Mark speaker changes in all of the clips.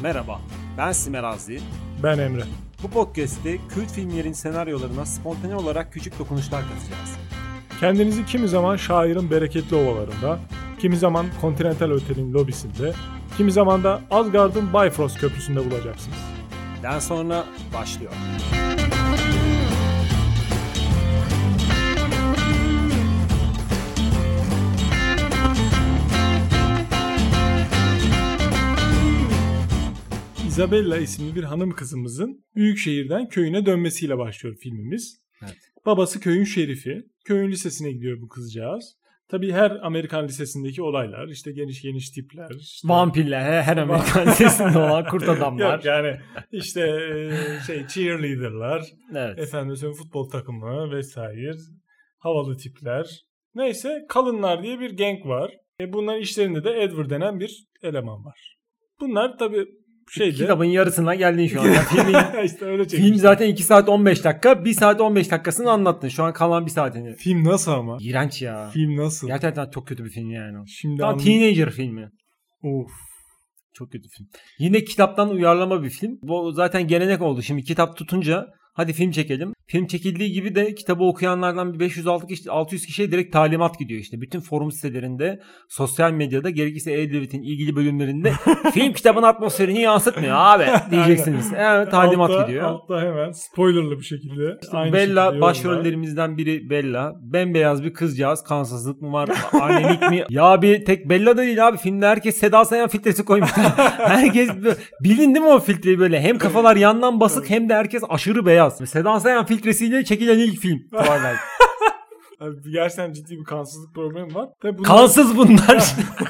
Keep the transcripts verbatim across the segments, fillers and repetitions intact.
Speaker 1: Merhaba, ben Simer Azli.
Speaker 2: Ben Emre.
Speaker 1: Bu podcast'te kült filmlerin senaryolarına spontane olarak küçük dokunuşlar katacağız.
Speaker 2: Kendinizi kimi zaman şairin bereketli ovalarında, kimi zaman Continental Otel'in lobisinde, kimi zaman da Asgard'ın Bifrost Köprüsü'nde bulacaksınız.
Speaker 1: Den sonra başlıyor.
Speaker 2: Isabella isimli bir hanım kızımızın büyük şehirden köyüne dönmesiyle başlıyor filmimiz.
Speaker 1: Evet.
Speaker 2: Babası köyün şerifi. Köyün lisesine gidiyor bu kızcağız. Tabii her Amerikan lisesindeki olaylar, işte geniş geniş tipler. Işte...
Speaker 1: Vampirler, her Amerikan lisesinde olan kurt adamlar.
Speaker 2: Yok yani işte şey cheerleader'lar,
Speaker 1: evet.
Speaker 2: efendim söyleyeyim futbol takımı vesaire, havalı tipler. Neyse Kalınlar diye bir gang var. E bunların işlerinde de Edward denen bir eleman var. Bunlar tabii şeyde...
Speaker 1: Kitabın yarısına geldin şu anda. Filmin,
Speaker 2: işte öyle
Speaker 1: film zaten iki saat on beş dakika. bir saat on beş dakikasını anlattın. Şu an kalan bir saatini.
Speaker 2: Film nasıl ama?
Speaker 1: İğrenç ya.
Speaker 2: Film nasıl?
Speaker 1: Gerçekten çok kötü bir film yani.
Speaker 2: Şimdi
Speaker 1: Tam
Speaker 2: anladım.
Speaker 1: teenager filmi.
Speaker 2: Of.
Speaker 1: Çok kötü film. Yine kitaptan uyarlama bir film. Bu zaten gelenek oldu. Şimdi kitap tutunca hadi film çekelim. Film çekildiği gibi de kitabı okuyanlardan bir beş yüz altı yüz kişiye direkt talimat gidiyor işte. Bütün forum sitelerinde, sosyal medyada, gerekirse E-Devlet'in ilgili bölümlerinde film kitabın atmosferini yansıtmıyor abi diyeceksiniz. Evet, talimat
Speaker 2: altta,
Speaker 1: gidiyor.
Speaker 2: Altta hemen spoilerlı bir şekilde.
Speaker 1: İşte
Speaker 2: Aynı
Speaker 1: Bella başrollerimizden biri Bella. Bembeyaz bir kızcağız. Kansızlık mı var? Annelik mi? Ya bir tek Bella da değil abi. Filmde herkes Seda Sayan filtresi koymuşlar. Herkes bilin değil mi o filtreyi böyle? Hem kafalar yandan basık hem de herkes aşırı beyaz. Seda Sayan filtresiyle çekilen ilk film. Twilight.
Speaker 2: Abi gerçekten ciddi bir kansızlık problemi var. Tabii bunlar...
Speaker 1: Kansız bunlar.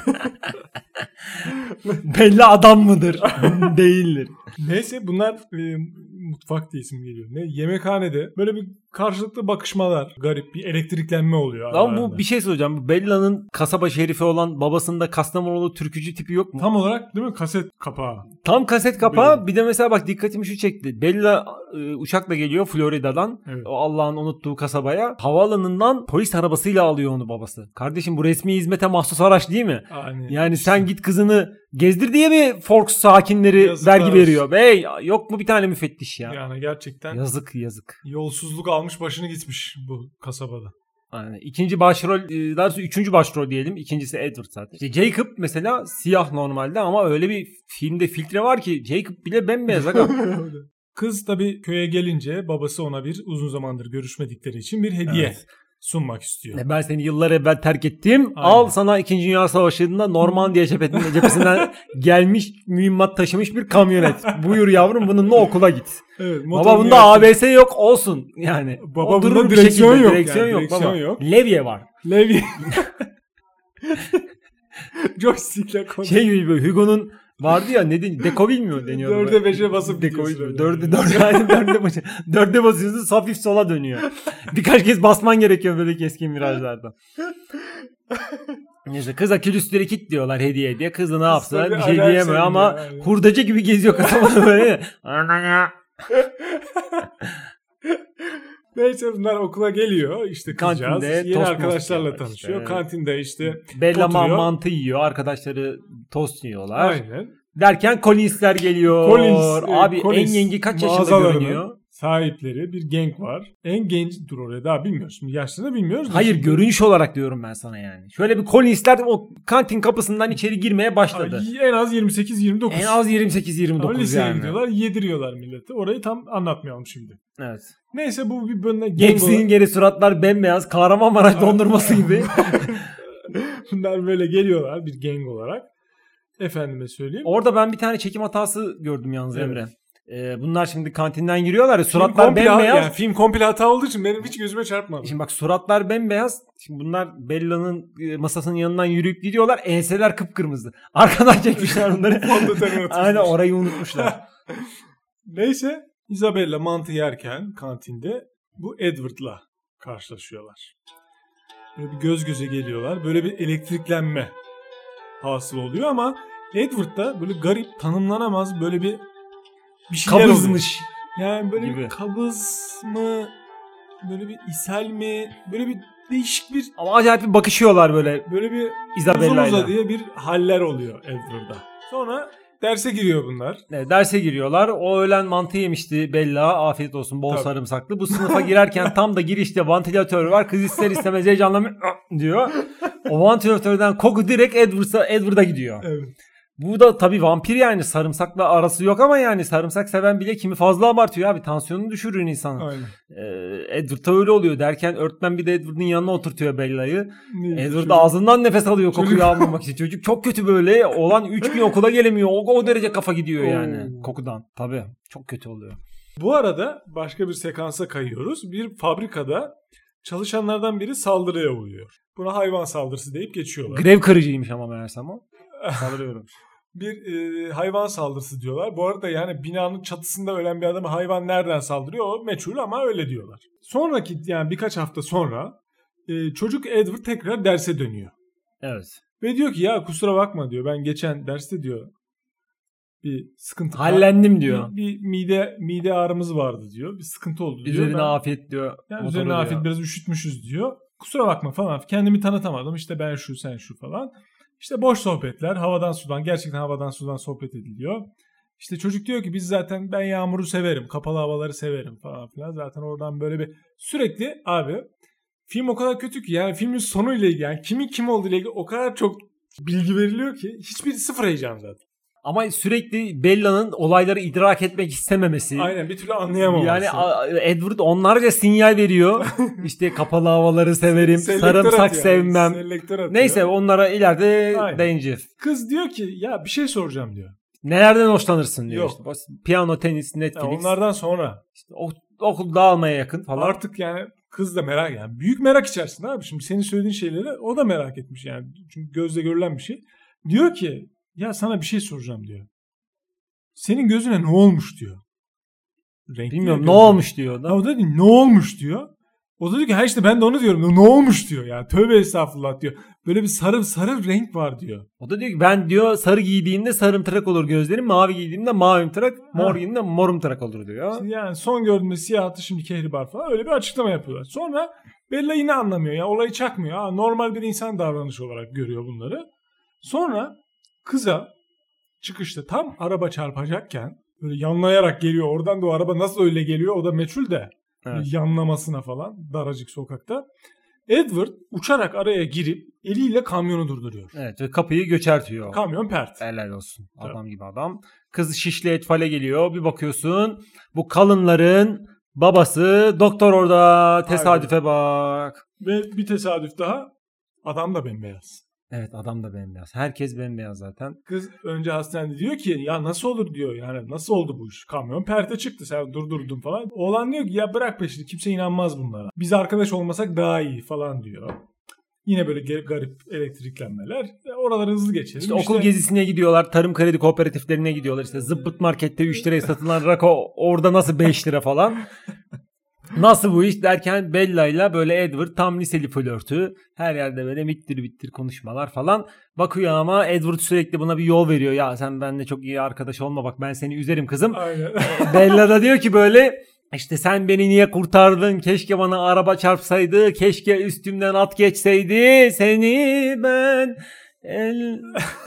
Speaker 1: Bella adam mıdır? Değildir.
Speaker 2: Neyse bunlar e, mutfak diye isim geliyor. Ne? Yemekhanede böyle bir karşılıklı bakışmalar, garip bir elektriklenme oluyor.
Speaker 1: Ama bu bir şey söyleyeceğim. Bu Bella'nın kasaba şerifi olan babasında Kastamonulu türkücü tipi yok mu?
Speaker 2: Tam olarak değil mi? Kaset kapağı.
Speaker 1: Tam kaset kapağı. Böyle. Bir de mesela bak dikkatimi şu çekti. Bella e, uçakla geliyor Florida'dan. Evet. O Allah'ın unuttuğu kasabaya. Havaalanından polis arabasıyla alıyor onu babası. Kardeşim bu resmi hizmete mahsus araç değil mi?
Speaker 2: Aynen.
Speaker 1: Yani sen git kızını gezdir diye mi Forks sakinleri
Speaker 2: Yazıklar
Speaker 1: vergi veriyor? Bey yok mu bir tane müfettiş ya?
Speaker 2: Yani gerçekten.
Speaker 1: Yazık yazık.
Speaker 2: Yolsuzluk almış başını gitmiş bu kasabada.
Speaker 1: Yani ikinci başrol, daha doğrusu üçüncü başrol diyelim. İkincisi Edward zaten. İşte Jacob mesela siyah normalde ama öyle bir filmde filtre var ki Jacob bile bembeyaz.
Speaker 2: Kız tabii köye gelince babası ona bir uzun zamandır görüşmedikleri için bir hediye evet. sunmak istiyor.
Speaker 1: Ben seni yıllar evvel terk ettim. Aynen. Al sana İkinci Dünya Savaşı'nda Normandiya cephesinden gelmiş mühimmat taşımış bir kamyonet. Buyur yavrum bununla okula git. Evet, baba bunda A B S yok olsun yani.
Speaker 2: Baba bunda direksiyon yok.
Speaker 1: Direksiyon
Speaker 2: yani.
Speaker 1: yok
Speaker 2: direksiyon
Speaker 1: baba.
Speaker 2: Yok.
Speaker 1: Levye var.
Speaker 2: Levye. Joystick'le konuş.
Speaker 1: Şey gibi Hugo'nun vardı ya ne deniyor? Dekovil mi deniyor?
Speaker 2: Dörde beşe basıp
Speaker 1: Dekovil mi? Dörde dörde yani dörde başı. Dörde basıyorsun hafif sola dönüyor. Birkaç kez basman gerekiyor böyle keskin virajlarda. Neyse kıza külüstleri kit diyorlar hediye diye. Kız da ne yapsa bir şey diyemiyor ama yani. Hurdacı gibi geziyor kasabada böyle.
Speaker 2: Neyse bunlar okula geliyor işte kızcağız. Kantinde yeni arkadaşlarla tanışıyor. Işte. Kantinde işte
Speaker 1: Bella mantı yiyor. Arkadaşları tost yiyorlar.
Speaker 2: Aynen.
Speaker 1: Derken Collins'ler geliyor. Collins, Abi Collins, en yengi kaç yaşında görünüyor?
Speaker 2: Sahipleri bir gang var. En genç dur oraya daha bilmiyoruz. Şimdi yaşlarını bilmiyoruz.
Speaker 1: Hayır
Speaker 2: şimdi...
Speaker 1: görünüş olarak diyorum ben sana yani. Şöyle bir Collins'ler o kantin kapısından içeri girmeye başladı.
Speaker 2: Ay, en az yirmi sekiz yirmi dokuz.
Speaker 1: En az yirmi sekiz yirmi dokuz
Speaker 2: liseye
Speaker 1: yani.
Speaker 2: gidiyorlar yediriyorlar milleti. Orayı tam anlatmayalım şimdi.
Speaker 1: Evet.
Speaker 2: Neyse bu bir bölümde...
Speaker 1: Gangst'in geri suratlar bembeyaz. Kahramanmaraş dondurması gibi.
Speaker 2: Bunlar böyle geliyorlar bir gang olarak. Efendime söyleyeyim.
Speaker 1: Orada ben bir tane çekim hatası gördüm yalnız evet. Emre. Ee, bunlar şimdi kantinden giriyorlar ya suratlar bembeyaz.
Speaker 2: Yani film komple hata olduğu için benim hiç gözüme çarpmadı.
Speaker 1: Şimdi bak suratlar bembeyaz. Şimdi bunlar Bella'nın masasının yanından yürüyüp gidiyorlar. Enseler kıpkırmızı. Arkadan çekmişler onları. Aynen orayı unutmuşlar.
Speaker 2: Neyse Isabella mantı yerken kantinde bu Edward'la karşılaşıyorlar. Böyle bir göz göze geliyorlar. Böyle bir elektriklenme hasıl oluyor ama Edward da böyle garip tanımlanamaz böyle bir bir şeyler
Speaker 1: kabızmış.
Speaker 2: Oluyor. Yani böyle gibi. Bir kabız mı böyle bir ishal mi böyle bir değişik bir
Speaker 1: ama acayip bir bakışıyorlar böyle.
Speaker 2: Böyle bir
Speaker 1: Isabella'yla
Speaker 2: diye bir haller oluyor Edward'da. Sonra derse giriyor bunlar.
Speaker 1: Evet, derse giriyorlar. O öğlen mantı yemişti Bella. Afiyet olsun, bol
Speaker 2: Tabii.
Speaker 1: sarımsaklı. Bu sınıfa girerken tam da girişte vantilatör var. Kız ister istemez heyecanla diyor. O vantilatörden koku direkt Edward'a, Edward'a gidiyor.
Speaker 2: Evet.
Speaker 1: Bu da tabii vampir yani, sarımsakla arası yok ama yani sarımsak seven bile kimi fazla abartıyor abi, tansiyonunu düşürür insanın.
Speaker 2: Aynen.
Speaker 1: Ee, Edward'a öyle oluyor derken öğretmen bir de Edward'ın yanına oturtuyor Bella'yı.
Speaker 2: Ne
Speaker 1: Edward
Speaker 2: çocuk?
Speaker 1: ağzından nefes alıyor kokuyu
Speaker 2: Çocuk-
Speaker 1: almamak için. Çocuk çok kötü böyle. Olan üç gün okula gelemiyor. O, o derece kafa gidiyor yani
Speaker 2: Oo.
Speaker 1: kokudan. Tabii çok kötü oluyor.
Speaker 2: Bu arada başka bir sekansa kayıyoruz. Bir fabrikada çalışanlardan biri saldırıya uğruyor. Buna hayvan saldırısı deyip geçiyorlar.
Speaker 1: Grev kırıcıymış ama meğersem o. Saldırıyorum.
Speaker 2: Bir e, hayvan saldırısı diyorlar. Bu arada yani binanın çatısında ölen bir adamı hayvan nereden saldırıyor o meçhul ama öyle diyorlar. Sonraki yani birkaç hafta sonra e, çocuk Edward tekrar derse dönüyor.
Speaker 1: Evet.
Speaker 2: Ve diyor ki ya kusura bakma diyor, ben geçen derste diyor bir sıkıntı
Speaker 1: Hallendim diyor.
Speaker 2: Bir, bir mide mide ağrımız vardı diyor. Bir sıkıntı oldu diyor.
Speaker 1: Üzerine
Speaker 2: Ben,
Speaker 1: afiyet diyor.
Speaker 2: yani üzerine afiyet, biraz üşütmüşüz diyor. Kusura bakma falan. Kendimi tanıtamadım. İşte ben şu sen şu falan. İşte boş sohbetler. Havadan sudan. Gerçekten havadan sudan sohbet ediliyor. İşte çocuk diyor ki biz zaten ben yağmuru severim. Kapalı havaları severim falan filan. Zaten oradan böyle bir sürekli abi film o kadar kötü ki yani filmin sonuyla ilgili yani kimin kim olduğu ile ilgili o kadar çok bilgi veriliyor ki hiçbir sıfır heyecan zaten.
Speaker 1: Ama sürekli Bella'nın olayları idrak etmek istememesi.
Speaker 2: Aynen, bir türlü anlayamaması.
Speaker 1: Yani Edward onlarca sinyal veriyor. İşte kapalı havaları severim,
Speaker 2: Selektör
Speaker 1: sarımsak
Speaker 2: atıyor,
Speaker 1: sevmem.
Speaker 2: selektör atıyor.
Speaker 1: Neyse onlara ileride
Speaker 2: Aynen.
Speaker 1: değineceğiz.
Speaker 2: Kız diyor ki ya bir şey soracağım diyor.
Speaker 1: Nelerden hoşlanırsın diyor.
Speaker 2: Yok.
Speaker 1: İşte. Piyano, tenis, Netflix.
Speaker 2: Ya onlardan sonra.
Speaker 1: İşte okul dağılmaya yakın falan.
Speaker 2: Artık yani kız da merak yani. Büyük merak içerisinde abi. Şimdi senin söylediğin şeyleri o da merak etmiş yani. Çünkü gözle görülen bir şey. Diyor ki ya sana bir şey soracağım diyor. Senin gözüne ne olmuş diyor. Renkli
Speaker 1: Bilmiyorum ne
Speaker 2: gözüne.
Speaker 1: olmuş diyor. Da.
Speaker 2: Ya o da diyor ne olmuş diyor. O da diyor ki ha işte ben de onu diyorum. Ne olmuş diyor yani. Tövbe estağfurullah diyor. Böyle bir sarı sarı renk var diyor.
Speaker 1: O da diyor ki ben diyor sarı giydiğimde sarımtırak olur gözlerim. Mavi giydiğimde mavimtırak, mor
Speaker 2: Ha.
Speaker 1: giydiğimde morumtırak olur diyor.
Speaker 2: İşte yani son gördüğünde siyahtı şimdi kehribar falan öyle bir açıklama yapıyorlar. Sonra Bella yine anlamıyor ya, olayı çakmıyor. Ha, normal bir insan davranışı olarak görüyor bunları. Sonra kıza çıkışta tam araba çarpacakken böyle yanlayarak geliyor. Oradan da o araba nasıl öyle geliyor o da meçhul de.
Speaker 1: Evet.
Speaker 2: Yanlamasına falan daracık sokakta. Edward uçarak araya girip eliyle kamyonu durduruyor.
Speaker 1: Evet ve kapıyı göçertiyor.
Speaker 2: Kamyon pert.
Speaker 1: Helal olsun.
Speaker 2: Tabii.
Speaker 1: Adam gibi adam. Kız şişli etfale geliyor. Bir bakıyorsun bu kalınların babası doktor orada. Tesadüfe bak.
Speaker 2: Ve bir tesadüf daha, adam da bembeyaz.
Speaker 1: Evet adam da bembeyaz. Herkes bembeyaz zaten.
Speaker 2: Kız önce hastanede diyor ki ya nasıl olur diyor, yani nasıl oldu bu iş? Kamyon perte çıktı, sen durdurdun falan. Oğlan diyor ki ya bırak peşini, kimse inanmaz bunlara. Biz arkadaş olmasak daha iyi falan diyor. Yine böyle ge- garip elektriklenmeler. E, oraları hızlı geçelim.
Speaker 1: İşte okul gezisine gidiyorlar. Tarım kredi kooperatiflerine gidiyorlar. İşte zıbbıt markette üç liraya satılan rako orada nasıl beş lira falan. Nasıl bu iş derken Bella'yla böyle Edward tam liseli flörtü. Her yerde böyle bittir bittir konuşmalar falan. Bakıyor ama Edward sürekli buna bir yol veriyor. Ya sen benimle çok iyi arkadaş olma, bak ben seni üzerim kızım.
Speaker 2: Aynen.
Speaker 1: Bella da diyor ki böyle işte sen beni niye kurtardın? Keşke bana araba çarpsaydı. Keşke üstümden at geçseydi. Seni ben el...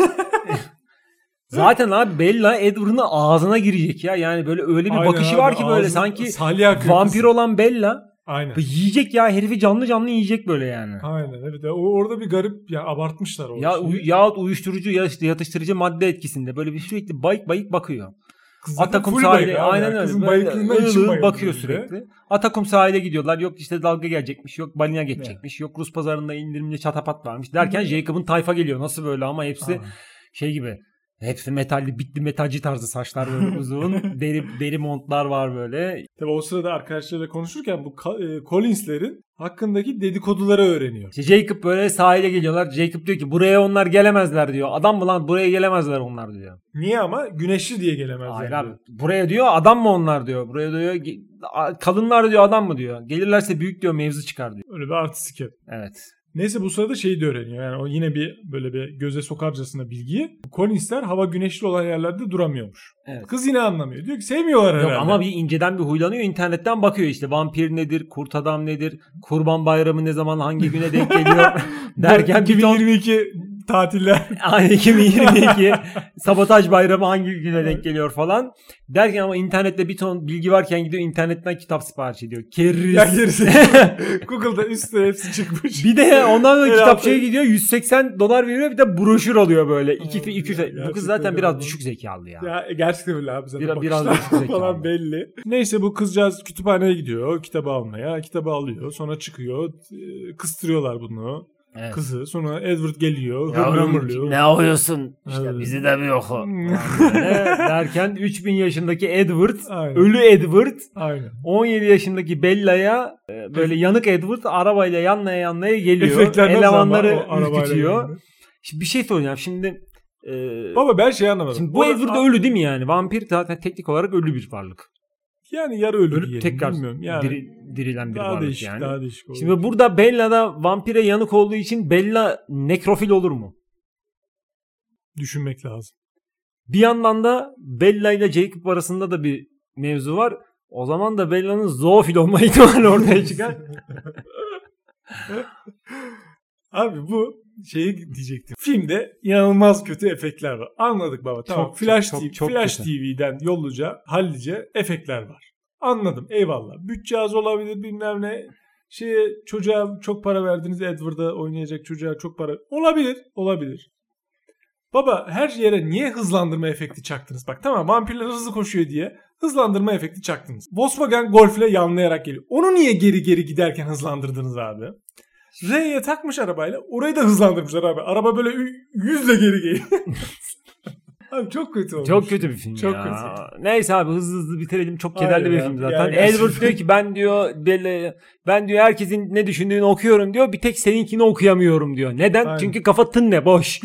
Speaker 1: Zaten abi Bella Edward'ın ağzına girecek ya. Yani böyle öyle bir
Speaker 2: Aynen
Speaker 1: bakışı
Speaker 2: abi,
Speaker 1: var ki böyle
Speaker 2: ağzı-
Speaker 1: sanki
Speaker 2: salya akıyor
Speaker 1: vampir
Speaker 2: kız.
Speaker 1: olan Bella
Speaker 2: Aynen.
Speaker 1: yiyecek ya, herifi canlı canlı yiyecek böyle yani.
Speaker 2: Aynen evet. O orada bir garip ya, abartmışlar o
Speaker 1: Ya
Speaker 2: şeyi.
Speaker 1: uy- yahut uyuşturucu ya işte yatıştırıcı madde etkisinde böyle bir sürekli bayık bayık bakıyor.
Speaker 2: Kız zaten
Speaker 1: Atakum
Speaker 2: full
Speaker 1: sahile
Speaker 2: bayık abi
Speaker 1: aynen
Speaker 2: ya.
Speaker 1: öyle.
Speaker 2: Kızın
Speaker 1: Böyle
Speaker 2: bayıklığından
Speaker 1: ığ
Speaker 2: içim
Speaker 1: ığ
Speaker 2: bayıldı
Speaker 1: bakıyor
Speaker 2: bir de.
Speaker 1: sürekli. Atakum sahile gidiyorlar. Yok işte dalga gelecekmiş. Yok balina geçecekmiş. Yok Rus pazarında indirimli çatapat varmış. Derken Jacob'ın tayfa geliyor. Nasıl böyle ama hepsi
Speaker 2: Aa.
Speaker 1: şey gibi. Hepsi metalli, bitli metalci tarzı saçlar böyle uzun. deri deri montlar var böyle.
Speaker 2: Tabii o sırada arkadaşlarıyla konuşurken bu Ka- e, Collins'lerin hakkındaki dedikoduları öğreniyor.
Speaker 1: İşte Jacob böyle sahile geliyorlar. Jacob diyor ki buraya onlar gelemezler diyor. Adam mı lan, buraya gelemezler onlar diyor.
Speaker 2: Niye ama? Güneşli diye gelemezler.
Speaker 1: Hayır
Speaker 2: diyor.
Speaker 1: abi. Buraya diyor adam mı onlar diyor. Buraya diyor ge- a- kadınlar diyor adam mı diyor. Gelirlerse büyük diyor mevzu çıkar diyor.
Speaker 2: Öyle bir artistik yap.
Speaker 1: Evet.
Speaker 2: Neyse bu sırada şeyi de öğreniyor. Yani o yine bir böyle bir göze sokarcasına bilgiyi. Collins'ler hava güneşli olan yerlerde duramıyormuş.
Speaker 1: Evet.
Speaker 2: Kız yine anlamıyor. Diyor ki sevmiyorlar
Speaker 1: Yok
Speaker 2: herhalde.
Speaker 1: ama bir inceden bir huylanıyor. İnternetten bakıyor işte vampir nedir, kurt adam nedir, kurban bayramı ne zaman hangi güne denk geliyor derken bir ton
Speaker 2: iki bin yirmi iki tatiller.
Speaker 1: Aynı iki bin yirmi iki Sabotaj Bayramı hangi güne denk geliyor falan. Derken ama internette bir ton bilgi varken gidiyor internetten kitap sipariş ediyor. Keriz.
Speaker 2: Ya gerisi. Google'da üstüne hepsi çıkmış.
Speaker 1: Bir de ondan sonra
Speaker 2: Herhalde.
Speaker 1: kitapçıya gidiyor yüz seksen dolar veriyor, bir de broşür alıyor böyle. iki iki iki
Speaker 2: ya,
Speaker 1: Bu kız zaten biraz abi. düşük zekalı ya.
Speaker 2: Ya gerçekten öyle abi zaten.
Speaker 1: Biraz, biraz düşük zekalı
Speaker 2: falan belli. Neyse bu kızcağız kütüphaneye gidiyor kitabı almaya. Kitabı alıyor. Sonra çıkıyor. Kıstırıyorlar bunu. Evet. Kızı. Sonra Edward geliyor.
Speaker 1: Yavrum ne okuyorsun? İşte evet. Bizi de bir oku. Derken üç bin yaşındaki Edward, aynen. Ölü Edward, aynen. on yedi yaşındaki Bella'ya böyle yanık Edward arabayla yanlaya yanlaya geliyor. Efektler elemanları ürkütüyor. Şimdi bir şey soracağım. Şimdi e,
Speaker 2: baba ben şey anlamadım.
Speaker 1: Şimdi bu Edward da ölü değil mi yani? Vampir zaten teknik olarak ölü bir varlık.
Speaker 2: Yani yarı ölü
Speaker 1: ölüp
Speaker 2: diyelim,
Speaker 1: tekrar
Speaker 2: bilmiyorum. Yani
Speaker 1: diri, dirilen bir
Speaker 2: daha
Speaker 1: varlık
Speaker 2: değişik,
Speaker 1: yani.
Speaker 2: Daha değişik olur.
Speaker 1: Şimdi burada Bella da vampire yanık olduğu için Bella nekrofil olur mu?
Speaker 2: Düşünmek lazım.
Speaker 1: Bir yandan da Bella ile Jacob arasında da bir mevzu var. O zaman da Bella'nın zoofil olma ihtimali ortaya çıkar.
Speaker 2: Abi bu şeyi diyecektim. Filmde inanılmaz kötü efektler var. Anladık baba. Tamam. Çok, Flash, çok, T V, çok Flash T V'den yolluca, hallice efektler var. Anladım. Eyvallah. Bütçe az olabilir bilmem ne. Şeye, çocuğa çok para verdiniz. Edward'a oynayacak çocuğa çok para. Olabilir. Olabilir. Baba her yere niye hızlandırma efekti çaktınız? Bak tamam vampirler hızlı koşuyor diye hızlandırma efekti çaktınız. Volkswagen Golf'le yanlayarak geliyor. Onu niye geri geri giderken hızlandırdınız abi? R'ye takmış arabayla. Orayı da hızlandırmışlar abi. Araba böyle yüzle geri geliyor. Abi çok kötü olmuş.
Speaker 1: Çok kötü bir film
Speaker 2: çok
Speaker 1: ya.
Speaker 2: Kötü.
Speaker 1: Neyse abi hızlı hızlı bitirelim. Çok kederli
Speaker 2: Aynen
Speaker 1: bir
Speaker 2: ya.
Speaker 1: film zaten.
Speaker 2: Yani
Speaker 1: Edward diyor ki ben diyor Bella, ben diyor herkesin ne düşündüğünü okuyorum diyor. Bir tek seninkini okuyamıyorum diyor. Neden? Aynen. Çünkü kafa tın ne boş.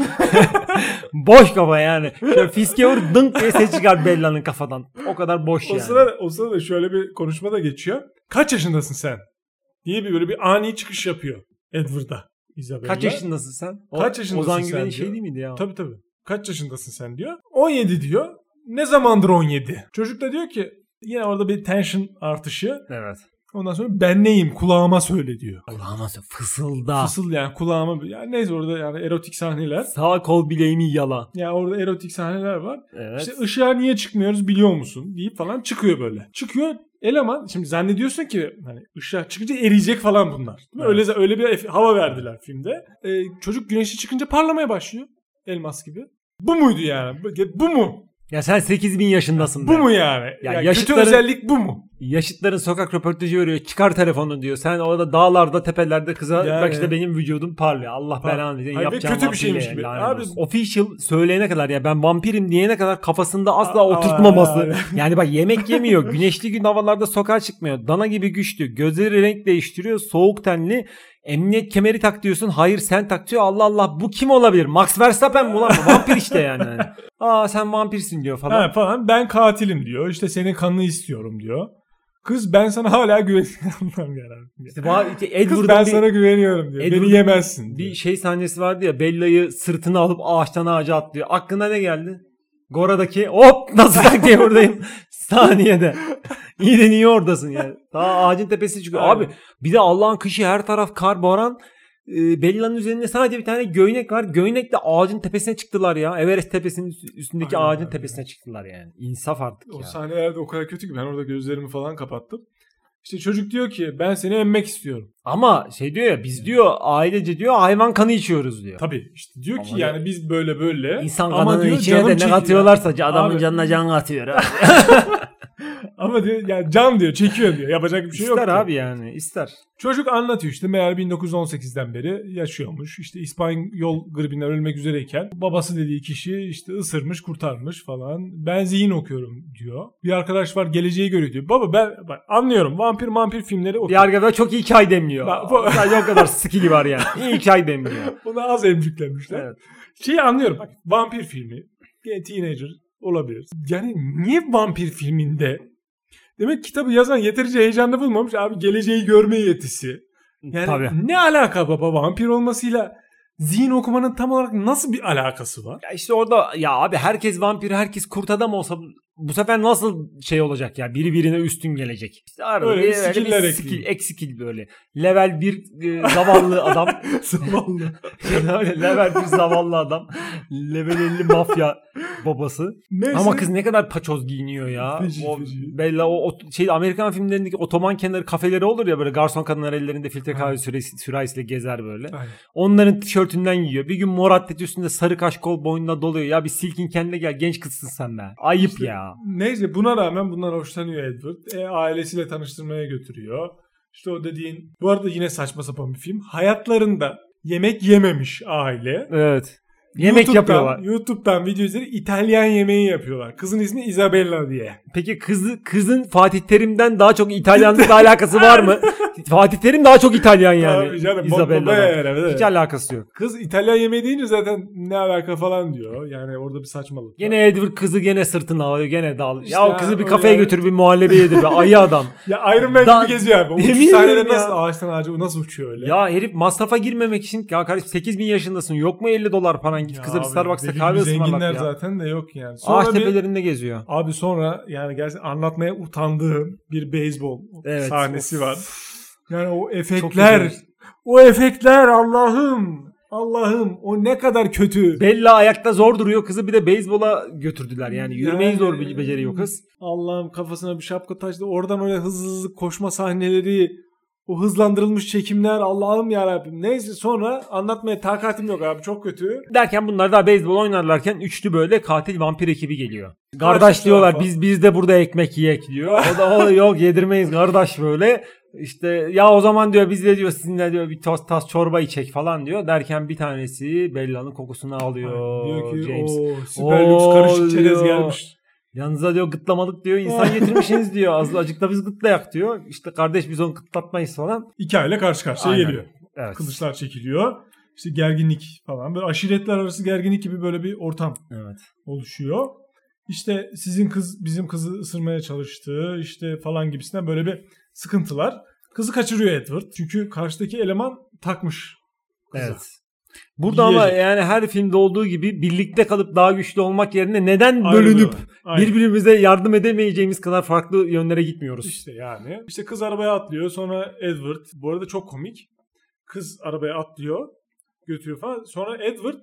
Speaker 1: Boş kafa yani. Şöyle fiske vur dınk diye ses çıkar Bella'nın kafadan. O kadar boş
Speaker 2: o
Speaker 1: yani.
Speaker 2: Sırada, o sırada şöyle bir konuşma da geçiyor. Kaç yaşındasın sen? Diye bir böyle bir ani çıkış yapıyor Edward'a. Isabella.
Speaker 1: Kaç yaşındasın sen? O,
Speaker 2: Kaç yaşındasın
Speaker 1: Ozan
Speaker 2: sen?
Speaker 1: Güven'in şey değil miydi ya?
Speaker 2: Tabii tabii. Kaç yaşındasın sen diyor. on yedi diyor. Ne zamandır on yedi? Çocuk da diyor ki yine orada bir tension artışı.
Speaker 1: Evet.
Speaker 2: Ondan sonra ben neyim kulağıma söyle diyor.
Speaker 1: Kulağıma söyle. Fısılda.
Speaker 2: Fısıl yani kulağıma. Yani neyse orada yani erotik sahneler.
Speaker 1: Sağ kol bileğimi yala.
Speaker 2: Yani orada erotik sahneler var.
Speaker 1: Evet.
Speaker 2: İşte ışığa niye çıkmıyoruz biliyor musun? Deyip falan çıkıyor böyle. Çıkıyor eleman. Şimdi zannediyorsun ki hani ışığa çıkınca eriyecek falan bunlar. Evet. Öyle öyle bir hava verdiler filmde. Ee, çocuk güneşe çıkınca parlamaya başlıyor. Elmas gibi. Bu muydu yani? Bu mu?
Speaker 1: Ya sen sekiz bin yaşındasın.
Speaker 2: Bu
Speaker 1: be.
Speaker 2: mu yani?
Speaker 1: Ya
Speaker 2: yani kötü özellik bu mu?
Speaker 1: Yaşıtların sokak röportajı veriyor. Çıkar telefonu diyor. Sen orada dağlarda, tepelerde kıza yani, bak işte benim vücudum parlıyor. Allah Par- belanı versin. Yapacağım
Speaker 2: kötü bir şeymiş gibi.
Speaker 1: Abi official söyleyene kadar ya ben vampirim diyene kadar kafasında asla aa, oturtmaması. Aa, yani bak yemek yemiyor. Güneşli gün havalarda sokağa çıkmıyor. Dana gibi güçlü. Gözleri renk değiştiriyor. Soğuk tenli. Emniyet kemeri tak diyorsun. Hayır sen tak diyor. Allah Allah bu kim olabilir? Max Verstappen mi ulan? Vampir işte yani. Aa sen vampirsin diyor falan.
Speaker 2: Ha, falan. Ben katilim diyor. İşte senin kanını istiyorum diyor. Kız ben sana hala güveniyorum.
Speaker 1: İşte işte
Speaker 2: Kız ben bir, sana güveniyorum diyor. Edward'ın beni yemezsin diyor.
Speaker 1: Bir şey sahnesi vardı ya Bella'yı sırtına alıp ağaçtan ağaca atlıyor. Aklına ne geldi? Gora'daki hop nasıl tak diye buradayım saniyede. İyi de niye oradasın yani? Daha ağacın tepesine çıkıyor. Abi bir de Allah'ın kışı her taraf kar boran. E, Bella'nın üzerinde sadece bir tane göynek var. Göynekle ağacın tepesine çıktılar ya. Everest tepesinin üstündeki aynen, ağacın tepesine ya. Çıktılar yani. İnsaf artık
Speaker 2: o
Speaker 1: ya.
Speaker 2: O sahnelerde o kadar kötü ki ben orada gözlerimi falan kapattım. İşte çocuk diyor ki ben seni emmek istiyorum.
Speaker 1: Ama şey diyor ya biz diyor ailece diyor hayvan kanı içiyoruz diyor.
Speaker 2: Tabii işte diyor ama ki yani ya, biz böyle böyle.
Speaker 1: İnsan kanının içine de ne katıyorlarsa adamın abi, canına can katıyor abi.
Speaker 2: Ama diyor yani can diyor çekiyor diyor. Yapacak bir şey
Speaker 1: ister
Speaker 2: yok.
Speaker 1: İster abi
Speaker 2: diyor.
Speaker 1: yani ister.
Speaker 2: Çocuk anlatıyor işte meğer bin dokuz yüz on sekizden beri yaşıyormuş. İşte İspanyol gribinden ölmek üzereyken babası dediği kişi işte ısırmış kurtarmış falan. Ben zihin okuyorum diyor. Bir arkadaş var geleceği görüyor diyor. Baba ben bak, anlıyorum vampir vampir filmleri okuyor.
Speaker 1: Bir arkadaş çok iyi çay demliyor. Sadece o kadar skill'i var yani. İyi çay demliyor.
Speaker 2: Ona az emcüklenmişler. Evet. Şeyi anlıyorum bak vampir filmi. Teenager olabilir. Yani niye vampir filminde demek kitabı yazan yeterince heyecanlı bulmamış abi geleceği görme yetisi. Yani tabii. Ne alaka baba vampir olmasıyla zihin okumanın tam olarak nasıl bir alakası var?
Speaker 1: Ya işte orada ya abi herkes vampir herkes kurt adam olsa bu sefer nasıl şey olacak ya? Biri birine üstün gelecek. İşte arada
Speaker 2: Öyle
Speaker 1: bir,
Speaker 2: bir skill'ler
Speaker 1: bir skill, ek skill böyle. Level bir e, zavallı adam.
Speaker 2: Zavallı.
Speaker 1: Level bir zavallı adam. Level elli mafya babası.
Speaker 2: Neyse.
Speaker 1: Ama kız ne kadar paçoz giyiniyor ya.
Speaker 2: Feci,
Speaker 1: o
Speaker 2: feci.
Speaker 1: Bella o, o şey Amerikan filmlerindeki otoman kenarı kafeleri olur ya, böyle garson kadınlar ellerinde filtre kahve süresi, sürahisiyle gezer böyle.
Speaker 2: Aynen.
Speaker 1: Onların tişörtünden giyiyor. Bir gün mor atlet üstünde sarı kaş kol boynuna doluyor. Ya bir silkin kendine gel, genç kızsın sen be. Ayıp
Speaker 2: İşte,
Speaker 1: ya.
Speaker 2: Neyse buna rağmen bundan hoşlanıyor Edward. E, ailesiyle tanıştırmaya götürüyor. İşte o dediğin, bu arada yine saçma sapan bir film. Hayatlarında yemek yememiş aile.
Speaker 1: Evet. Yemek
Speaker 2: YouTube'dan,
Speaker 1: yapıyorlar.
Speaker 2: YouTube'dan video izleri İtalyan yemeği yapıyorlar. Kızın ismi Isabella diye.
Speaker 1: Peki kızı, kızın Fatih Terim'den daha çok İtalyanlıkla alakası var mı? Fatih Terim daha çok İtalyan yani.
Speaker 2: Tabii canım,
Speaker 1: Isabella'dan.
Speaker 2: evet.
Speaker 1: Hiç alakası yok.
Speaker 2: Kız İtalyan yemeği deyince zaten ne alaka falan diyor. Yani orada bir saçmalık.
Speaker 1: Gene Edward kızı gene sırtına alıyor, gene dal.
Speaker 2: İşte
Speaker 1: ya o kızı bir
Speaker 2: o
Speaker 1: kafeye
Speaker 2: yani.
Speaker 1: götür, bir muhallebi yedir be. Ayı adam.
Speaker 2: Ya Iron Man
Speaker 1: Da-
Speaker 2: gibi geziyor abi. O
Speaker 1: Yemin
Speaker 2: uçuş sahneleri
Speaker 1: ederim ya.
Speaker 2: nasıl ağaçtan ağaca nasıl uçuyor öyle.
Speaker 1: Ya herif masrafa girmemek için, ya kardeşim sekiz bin yaşındasın, yok mu elli dolar paran, git
Speaker 2: Ya
Speaker 1: kıza bir
Speaker 2: abi,
Speaker 1: Starbucks'ta
Speaker 2: deli
Speaker 1: kahve
Speaker 2: gibi
Speaker 1: ısmarlak
Speaker 2: zenginler
Speaker 1: ya.
Speaker 2: zaten de yok yani. Sonra
Speaker 1: Ağaç
Speaker 2: bir,
Speaker 1: tepelerinde geziyor.
Speaker 2: abi sonra yani gerçekten anlatmaya utandığım bir beyzbol
Speaker 1: Evet,
Speaker 2: sahnesi
Speaker 1: of.
Speaker 2: var. Yani o
Speaker 1: Çok
Speaker 2: efektler,
Speaker 1: güzel.
Speaker 2: o efektler Allah'ım, Allah'ım o ne kadar kötü.
Speaker 1: Bella ayakta zor duruyor, kızı bir de beyzbola götürdüler. Yani yürümeyi
Speaker 2: Yani-
Speaker 1: zor bir beceriyor kız.
Speaker 2: Allah'ım kafasına bir şapka taştı. Oradan öyle hızlı hızlı koşma sahneleri, o hızlandırılmış çekimler, Allah'ım yarabbim. Neyse sonra anlatmaya takatim yok abi, çok kötü.
Speaker 1: Derken bunlar daha beyzbol oynarlarken üçlü böyle katil vampir ekibi geliyor. Kardeş
Speaker 2: Karşı
Speaker 1: diyorlar,
Speaker 2: tarafa.
Speaker 1: biz biz de burada ekmek yiyek diyor. O da o yok yedirmeyiz kardeş böyle. İşte ya o zaman diyor biz de diyor sizinle diyor bir tas, tas çorba içek falan diyor. Derken bir tanesi Bella'nın kokusunu alıyor.
Speaker 2: Diyor ki
Speaker 1: James.
Speaker 2: o süper lüks
Speaker 1: Oo,
Speaker 2: karışık çerez
Speaker 1: diyor.
Speaker 2: gelmiş.
Speaker 1: Yanınıza diyor gıtlamalık diyor, insan getirmişsiniz diyor. Az acıkta biz gıtlayak diyor. İşte kardeş biz onu gıtlatmayız falan.
Speaker 2: İki aile karşı karşıya
Speaker 1: Aynen.
Speaker 2: geliyor.
Speaker 1: Evet.
Speaker 2: Kılıçlar çekiliyor. İşte gerginlik falan. Böyle aşiretler arası gerginlik gibi böyle bir ortam
Speaker 1: Evet.
Speaker 2: oluşuyor. İşte sizin kız bizim kızı ısırmaya çalıştı işte falan gibisinden böyle bir sıkıntılar. Kızı kaçırıyor Edward. Çünkü karşıdaki eleman takmış kıza.
Speaker 1: Evet. Burada ama
Speaker 2: Yiyecek.
Speaker 1: yani her filmde olduğu gibi birlikte kalıp daha güçlü olmak yerine neden
Speaker 2: Ayrılıyorlar.
Speaker 1: bölünüp
Speaker 2: Aynen.
Speaker 1: birbirimize yardım edemeyeceğimiz kadar farklı yönlere gitmiyoruz.
Speaker 2: İşte yani. İşte kız arabaya atlıyor. Sonra Edward. Bu arada çok komik. Kız arabaya atlıyor. Götürüyor falan. Sonra Edward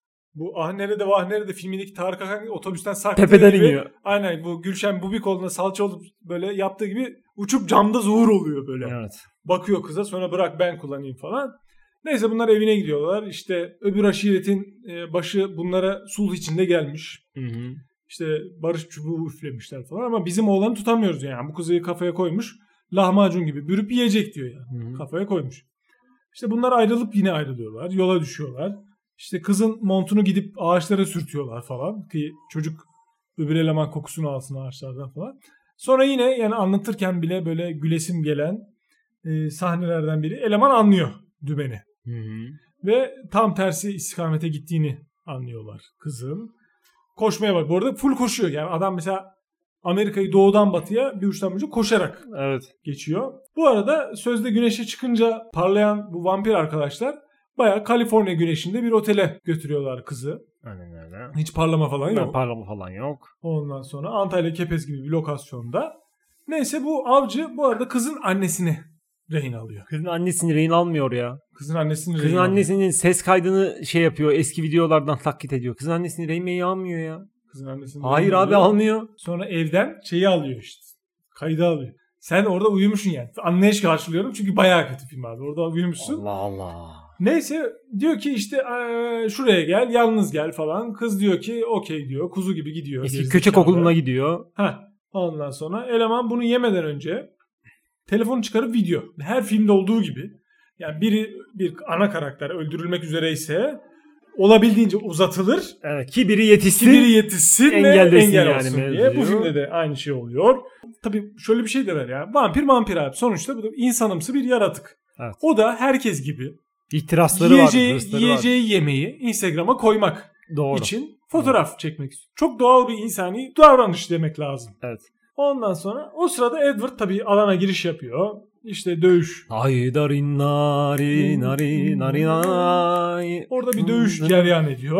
Speaker 2: bu Ah Nerede Vah Nerede filmindeki Tarık Akan otobüsten sarktığı
Speaker 1: Tepeden
Speaker 2: gibi.
Speaker 1: iniyor.
Speaker 2: Aynen bu Gülşen Bubikoğlu'na salça olup böyle yaptığı gibi uçup camda zuhur oluyor böyle.
Speaker 1: Evet.
Speaker 2: Bakıyor kıza, sonra bırak ben kullanayım falan. Neyse bunlar evine gidiyorlar. İşte öbür aşiretin e, başı bunlara sulh içinde gelmiş.
Speaker 1: Hı hı.
Speaker 2: İşte barış çubuğu üflemişler falan ama bizim oğlanı tutamıyoruz yani. Bu kızı kafaya koymuş. Lahmacun gibi bürüp yiyecek diyor yani.
Speaker 1: Hı hı.
Speaker 2: Kafaya koymuş. İşte bunlar ayrılıp yine ayrılıyorlar. Yola düşüyorlar. İşte kızın montunu gidip ağaçlara sürtüyorlar falan. Ki çocuk öbür eleman kokusunu alsın ağaçlardan falan. Sonra yine yani anlatırken bile böyle gülesim gelen e, sahnelerden biri. Eleman anlıyor dümeni.
Speaker 1: Hı hı.
Speaker 2: Ve tam tersi istikamete gittiğini anlıyorlar kızın. Koşmaya bak. Bu arada full koşuyor. Yani adam mesela Amerika'yı doğudan batıya bir uçtan bir uca koşarak
Speaker 1: Evet.
Speaker 2: geçiyor. Bu arada sözde güneşe çıkınca parlayan bu vampir arkadaşlar bayağı Kaliforniya güneşinde bir otele götürüyorlar kızı.
Speaker 1: Aynen öyle.
Speaker 2: Hiç parlama falan yok.
Speaker 1: Parlama falan yok.
Speaker 2: Ondan sonra Antalya Kepez gibi bir lokasyonda. Neyse bu avcı bu arada kızın annesini rehin alıyor.
Speaker 1: Kızın annesini rehin almıyor ya.
Speaker 2: Kızın annesini
Speaker 1: Kızın
Speaker 2: rehin alıyor.
Speaker 1: annesinin ses kaydını şey yapıyor. Eski videolardan taklit ediyor. Kızın annesini rehin almıyor ya.
Speaker 2: Kızın annesini
Speaker 1: Hayır
Speaker 2: rehin
Speaker 1: abi
Speaker 2: alıyor.
Speaker 1: almıyor.
Speaker 2: Sonra evden şeyi alıyor işte. Kaydı alıyor. Sen orada uyumuşsun yani. Anlayış karşılıyorum çünkü bayağı kötü film abi. Orada uyumuşsun.
Speaker 1: Allah Allah.
Speaker 2: Neyse diyor ki işte ee, şuraya gel yalnız gel falan. Kız diyor ki okey diyor. Kuzu gibi gidiyor.
Speaker 1: Eski
Speaker 2: gerizekalı.
Speaker 1: köçek okuluna gidiyor.
Speaker 2: Heh. Ondan sonra eleman bunu yemeden önce telefonu çıkarıp video. Her filmde olduğu gibi. Yani biri bir ana karakter öldürülmek üzereyse olabildiğince uzatılır.
Speaker 1: Evet, ki biri yetişsin.
Speaker 2: Ki biri yetişsin ve
Speaker 1: engellesin
Speaker 2: engel
Speaker 1: yani
Speaker 2: olsun
Speaker 1: mevzuyu.
Speaker 2: diye. Bu filmde de aynı şey oluyor. Tabii şöyle bir şey de var ya. Vampir vampir abi. Sonuçta bu da insanımsı bir yaratık.
Speaker 1: Evet.
Speaker 2: O da herkes gibi
Speaker 1: İhtirasları
Speaker 2: yiyeceği,
Speaker 1: var. hırsları
Speaker 2: yiyeceği yemeği Instagram'a koymak
Speaker 1: var. Doğru.
Speaker 2: için fotoğraf çekmek istiyor. Çok doğal bir insani davranış demek lazım.
Speaker 1: Evet.
Speaker 2: Ondan sonra o sırada Edward tabii alana giriş yapıyor. İşte dövüş.
Speaker 1: Ay darin nari nari nari nari.
Speaker 2: Orada bir dövüş cereyan ediyor.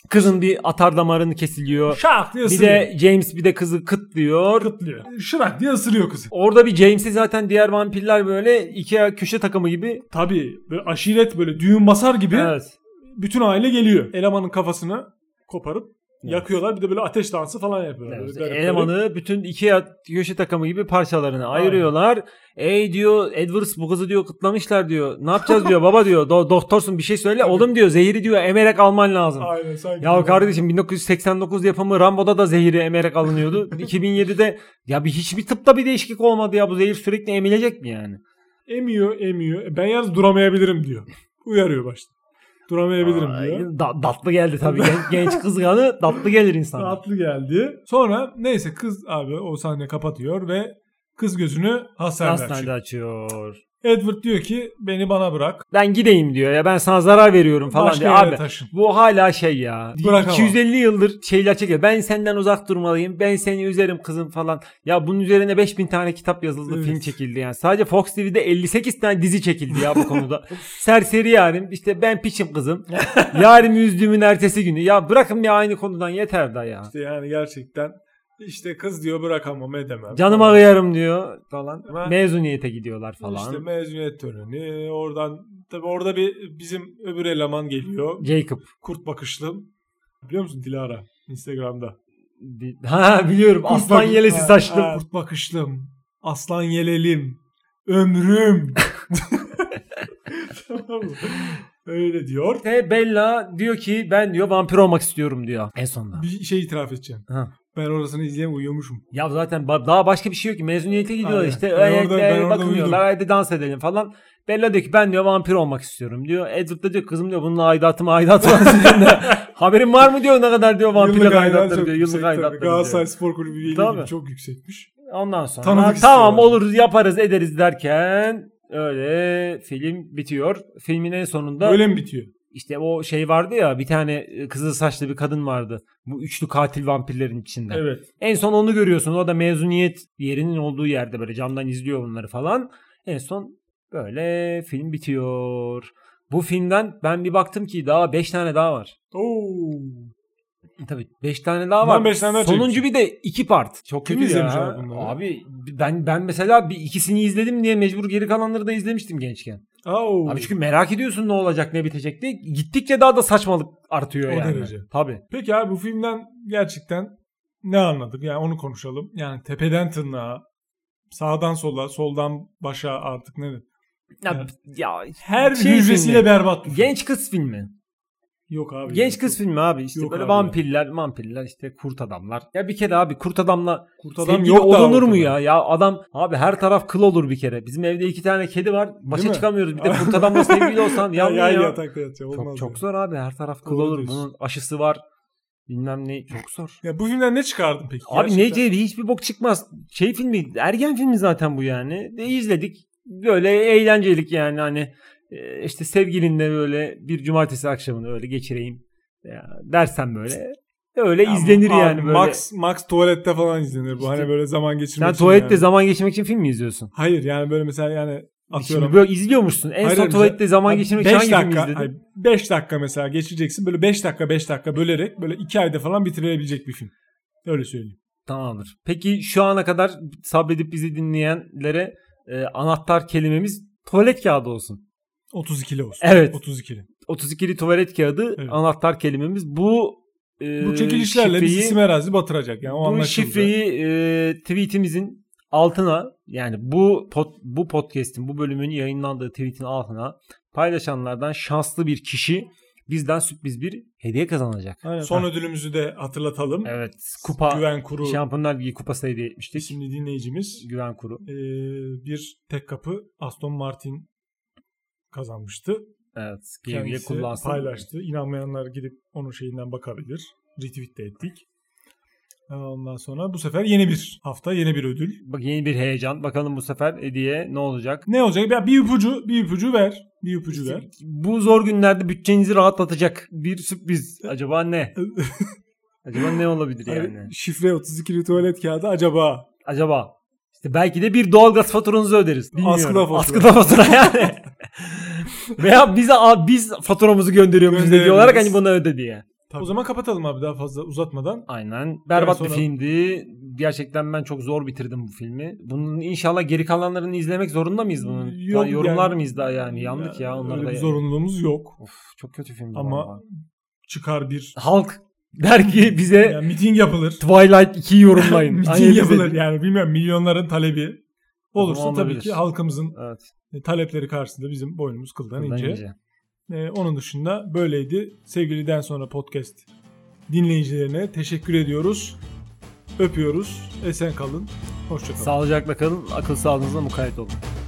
Speaker 1: Kızın bir atar damarını kesiliyor.
Speaker 2: Şak diye
Speaker 1: Bir
Speaker 2: ısırıyor.
Speaker 1: de James bir de kızı kıtlıyor.
Speaker 2: Kıtlıyor. Şırak diye ısırıyor kızı.
Speaker 1: Orada bir James'i zaten diğer vampirler böyle Ikea köşe takımı gibi.
Speaker 2: Tabii böyle aşiret böyle düğün basar gibi
Speaker 1: Evet.
Speaker 2: bütün aile geliyor. Elemanın kafasını koparıp
Speaker 1: Evet.
Speaker 2: yakıyorlar. Bir de böyle ateş dansı falan yapıyorlar.
Speaker 1: Evet,
Speaker 2: Böyle garip
Speaker 1: elemanı
Speaker 2: garip.
Speaker 1: bütün Ikea köşe takımı gibi parçalarını ayırıyorlar. Ey diyor Edwards bu kızı diyor kıtlamışlar diyor. Ne yapacağız diyor baba diyor. Do- doktorsun bir şey söyle.
Speaker 2: Tabii.
Speaker 1: Oğlum diyor zehri diyor emerek alman lazım.
Speaker 2: Aynen sanki.
Speaker 1: Ya kardeşim bin dokuz yüz seksen dokuz yapımı Rambo'da da zehri emerek alınıyordu. iki bin yedide ya bir hiçbir tıpta bir değişiklik olmadı ya. Bu zehir sürekli emilecek mi yani?
Speaker 2: Emiyor emiyor. Ben yalnız duramayabilirim diyor. Uyarıyor başta. Duramayabilirim
Speaker 1: Ay,
Speaker 2: diyor.
Speaker 1: da- datlı geldi tabii. Genç, genç kızganı datlı gelir insana.
Speaker 2: Tatlı geldi. Sonra neyse kız abi o sahne kapatıyor ve kız gözünü hastanede
Speaker 1: Hastanede
Speaker 2: açıyor.
Speaker 1: açıyor.
Speaker 2: Edward diyor ki beni bana bırak.
Speaker 1: Ben gideyim diyor ya ben sana zarar veriyorum falan
Speaker 2: Başka
Speaker 1: diyor.
Speaker 2: yere
Speaker 1: Abi
Speaker 2: taşın.
Speaker 1: bu hala şey ya.
Speaker 2: Bırakamam.
Speaker 1: iki yüz elli yıldır şeyler çekiyor. Ben senden uzak durmalıyım. Ben seni üzerim kızım falan. Ya bunun üzerine beş bin tane kitap yazıldı.
Speaker 2: Evet.
Speaker 1: Film çekildi yani. Sadece Fox T V'de elli sekiz tane dizi çekildi ya bu konuda. Serseri yarim. İşte ben piçim kızım. Yarimi üzdüğümün ertesi günü. Ya bırakın ya aynı konudan yeter da ya.
Speaker 2: İşte yani gerçekten işte kız diyor bırakamam edemem.
Speaker 1: Canıma
Speaker 2: falan.
Speaker 1: kıyarım diyor falan.
Speaker 2: Ama-
Speaker 1: Mezuniyete gidiyorlar falan.
Speaker 2: İşte mezuniyet töreni. Oradan tabii orada bir bizim öbür eleman geliyor.
Speaker 1: Jacob.
Speaker 2: Kurt bakışlım. Biliyor musun Dilara? Instagram'da.
Speaker 1: Bir- Ha biliyorum.
Speaker 2: Kurt
Speaker 1: Aslan
Speaker 2: bak-
Speaker 1: yelesi
Speaker 2: Ha,
Speaker 1: saçlı.
Speaker 2: ha, Kurt bakışlım. Aslan yelelim. Ömrüm. Tamam mı? Öyle diyor.
Speaker 1: Ve Bella diyor ki ben diyor vampir olmak istiyorum diyor en sonunda.
Speaker 2: Bir şey itiraf edeceğim.
Speaker 1: Ha.
Speaker 2: Ben orasını izleyen uyuyormuşum.
Speaker 1: Ya zaten ba- daha başka bir şey yok ki mezuniyete gidiyorlar
Speaker 2: Aynen.
Speaker 1: işte.
Speaker 2: Ben orada-
Speaker 1: Öğrenciler
Speaker 2: ben orada
Speaker 1: bakınıyorlar
Speaker 2: uyudum.
Speaker 1: hadi dans edelim falan. Bella diyor ki ben diyor vampir olmak istiyorum diyor. Edward da diyor kızım diyor bunun aidatı mı aidatı var senin de. Haberin var mı diyor ne kadar diyor vampirlik
Speaker 2: Yıllık aidat
Speaker 1: aidatları
Speaker 2: çok
Speaker 1: diyor.
Speaker 2: yüksek
Speaker 1: Yıllık
Speaker 2: tabii.
Speaker 1: aidatları
Speaker 2: Galatasaray
Speaker 1: diyor.
Speaker 2: Spor Kulübü üyeliği
Speaker 1: Tabii.
Speaker 2: gibi çok yüksekmiş.
Speaker 1: Ondan sonra
Speaker 2: Tanıdık
Speaker 1: tamam
Speaker 2: istiyorlar.
Speaker 1: olur yaparız ederiz derken öyle film bitiyor. Filmin en sonunda
Speaker 2: Böyle mi bitiyor?
Speaker 1: İşte o şey vardı ya bir tane kızıl saçlı bir kadın vardı. Bu üçlü katil vampirlerin içinde.
Speaker 2: Evet.
Speaker 1: En son onu görüyorsun. O da mezuniyet yerinin olduğu yerde böyle camdan izliyor bunları falan. En son böyle film bitiyor. Bu filmden ben bir baktım ki daha beş tane daha var.
Speaker 2: Oo.
Speaker 1: Tabii beş tane daha
Speaker 2: Bundan
Speaker 1: var.
Speaker 2: beş tane daha
Speaker 1: Sonuncu
Speaker 2: çekmiş.
Speaker 1: bir de iki part. Çok
Speaker 2: Kim
Speaker 1: kötü
Speaker 2: izlemiş
Speaker 1: ya.
Speaker 2: abi bunları?
Speaker 1: Abi ben ben mesela bir ikisini izledim diye mecbur geri kalanları da izlemiştim gençken.
Speaker 2: Oo.
Speaker 1: Abi çünkü merak ediyorsun ne olacak ne bitecek diye. Gittikçe daha da saçmalık artıyor
Speaker 2: O
Speaker 1: yani.
Speaker 2: derece.
Speaker 1: Tabii.
Speaker 2: Peki abi bu filmden gerçekten ne anladık? Yani onu konuşalım. Yani tepeden tırnağa, sağdan sola, soldan başa artık ne?
Speaker 1: Ya,
Speaker 2: Evet.
Speaker 1: ya
Speaker 2: Her
Speaker 1: şey
Speaker 2: hücresiyle
Speaker 1: filmi.
Speaker 2: berbat bir film.
Speaker 1: Genç kız filmi.
Speaker 2: Yok abi.
Speaker 1: Genç
Speaker 2: yok.
Speaker 1: kız filmi abi işte
Speaker 2: Yok
Speaker 1: böyle
Speaker 2: abi
Speaker 1: vampirler, vampirler işte kurt adamlar. Ya bir kere abi kurt adamla
Speaker 2: Kurt adam
Speaker 1: sevgili
Speaker 2: yok daha
Speaker 1: olunur mu
Speaker 2: ortada.
Speaker 1: ya? Ya adam abi her taraf kıl olur bir kere. Bizim evde iki tane kedi var. Başa
Speaker 2: mi?
Speaker 1: çıkamıyoruz. Bir de kurt adamla sevgili olsan
Speaker 2: Ya,
Speaker 1: yanmıyor
Speaker 2: ya,
Speaker 1: ya.
Speaker 2: yatakta yatacağım.
Speaker 1: Çok
Speaker 2: Olmaz
Speaker 1: çok
Speaker 2: ya.
Speaker 1: zor abi. Her taraf kıl
Speaker 2: Doğru
Speaker 1: olur.
Speaker 2: diyorsun.
Speaker 1: Bunun aşısı var. Bilmem ne çok zor.
Speaker 2: Ya bu filmden ne çıkardın peki?
Speaker 1: Abi
Speaker 2: Gerçekten.
Speaker 1: nece hiçbir bok çıkmaz. Şey filmi, ergen filmi zaten bu yani. De izledik. Böyle eğlencelik yani hani e, işte sevgilinle böyle bir cumartesi akşamını öyle geçireyim ya dersen böyle öyle
Speaker 2: Ya
Speaker 1: izlenir
Speaker 2: abi,
Speaker 1: yani böyle.
Speaker 2: Max, Max tuvalette falan izlenir bu.
Speaker 1: İşte-
Speaker 2: Hani böyle zaman geçirmek
Speaker 1: Sen
Speaker 2: için
Speaker 1: tuvalette
Speaker 2: yani.
Speaker 1: zaman geçirmek için film mi izliyorsun?
Speaker 2: Hayır yani böyle mesela yani atıyorum.
Speaker 1: Şimdi böyle izliyormuşsun. En
Speaker 2: Hayır,
Speaker 1: son
Speaker 2: hayır,
Speaker 1: tuvalette zaman
Speaker 2: Abi
Speaker 1: geçirmek için
Speaker 2: beş
Speaker 1: hangi filmi
Speaker 2: dakika,
Speaker 1: izledin?
Speaker 2: beş dakika mesela geçireceksin. Böyle beş dakika beş dakika bölerek böyle iki ayda falan bitirilebilecek bir film. Öyle söyleyeyim.
Speaker 1: Tamamdır. Peki şu ana kadar sabredip bizi dinleyenlere e, anahtar kelimemiz tuvalet kağıdı olsun.
Speaker 2: otuz ikili olsun.
Speaker 1: Evet.
Speaker 2: otuz ikili.
Speaker 1: otuz ikili tuvalet kağıdı
Speaker 2: Evet.
Speaker 1: anahtar kelimemiz. Bu e,
Speaker 2: Bu çekilişlerle bizi
Speaker 1: şifreyi-
Speaker 2: simerazi batıracak. Yani o
Speaker 1: bu
Speaker 2: anlaşıldı.
Speaker 1: şifreyi e, tweetimizin altına yani bu pod, bu podcast'in bu bölümün yayınlandığı tweetin altına paylaşanlardan şanslı bir kişi bizden sürpriz bir hediye kazanacak.
Speaker 2: Aynen. Son ödülümüzü de hatırlatalım.
Speaker 1: Evet. Kupa
Speaker 2: Güven Kuru
Speaker 1: Şampiyonlar Ligi kupası hediye etmiştik.
Speaker 2: isimli dinleyicimiz
Speaker 1: Güven Kuru.
Speaker 2: e, bir tek kapı Aston Martin kazanmıştı.
Speaker 1: Evet. Güle güle
Speaker 2: Kendisi
Speaker 1: kullansın.
Speaker 2: paylaştı. İnanmayanlar gidip onun şeyinden bakabilir. Retweet de ettik. Ondan sonra bu sefer yeni bir hafta, yeni bir ödül.
Speaker 1: Bak yeni bir heyecan. Bakalım bu sefer hediye ne olacak?
Speaker 2: Ne olacak? Ya bir ipucu, bir ipucu ver. Bir ipucu ver.
Speaker 1: Bu zor günlerde bütçenizi rahatlatacak bir sürpriz. Acaba ne? Acaba ne olabilir yani?
Speaker 2: Hani şifre otuz ikili tuvalet kağıdı acaba?
Speaker 1: Acaba? İşte belki de bir doğalgaz faturanızı öderiz. Bilmiyorum.
Speaker 2: Askıda fatura.
Speaker 1: Askıda fatura yani. Veya bize biz faturamızı gönderiyormuşuz hediye olarak hani bunu öde diye.
Speaker 2: Tabii. O zaman kapatalım abi daha fazla uzatmadan.
Speaker 1: Aynen. Berbat
Speaker 2: sonra...
Speaker 1: bir filmdi. Gerçekten ben çok zor bitirdim bu filmi. Bunun inşallah geri kalanlarını izlemek zorunda mıyız bunun? Yok, daha yorumlar yani, mıyız daha yani? Yandık ya. ya onları
Speaker 2: öyle
Speaker 1: da
Speaker 2: bir
Speaker 1: yani.
Speaker 2: zorunluluğumuz yok.
Speaker 1: Of, çok kötü film.
Speaker 2: Ama
Speaker 1: vallahi.
Speaker 2: Çıkar bir...
Speaker 1: Halk der ki bize
Speaker 2: yani miting yapılır.
Speaker 1: Twilight ikiyi yorumlayın.
Speaker 2: Miting yapılır yani bilmiyorum milyonların talebi olursa tabii ki halkımızın evet. talepleri karşısında bizim boynumuz kıldan, kıldan ince. ince. Ee, onun dışında böyleydi. Sevgiliden sonra podcast dinleyicilerine teşekkür ediyoruz. Öpüyoruz. Esen kalın. Hoşça kalın.
Speaker 1: Sağlıcakla kalın. Akıl sağlığınıza mukayyet olun.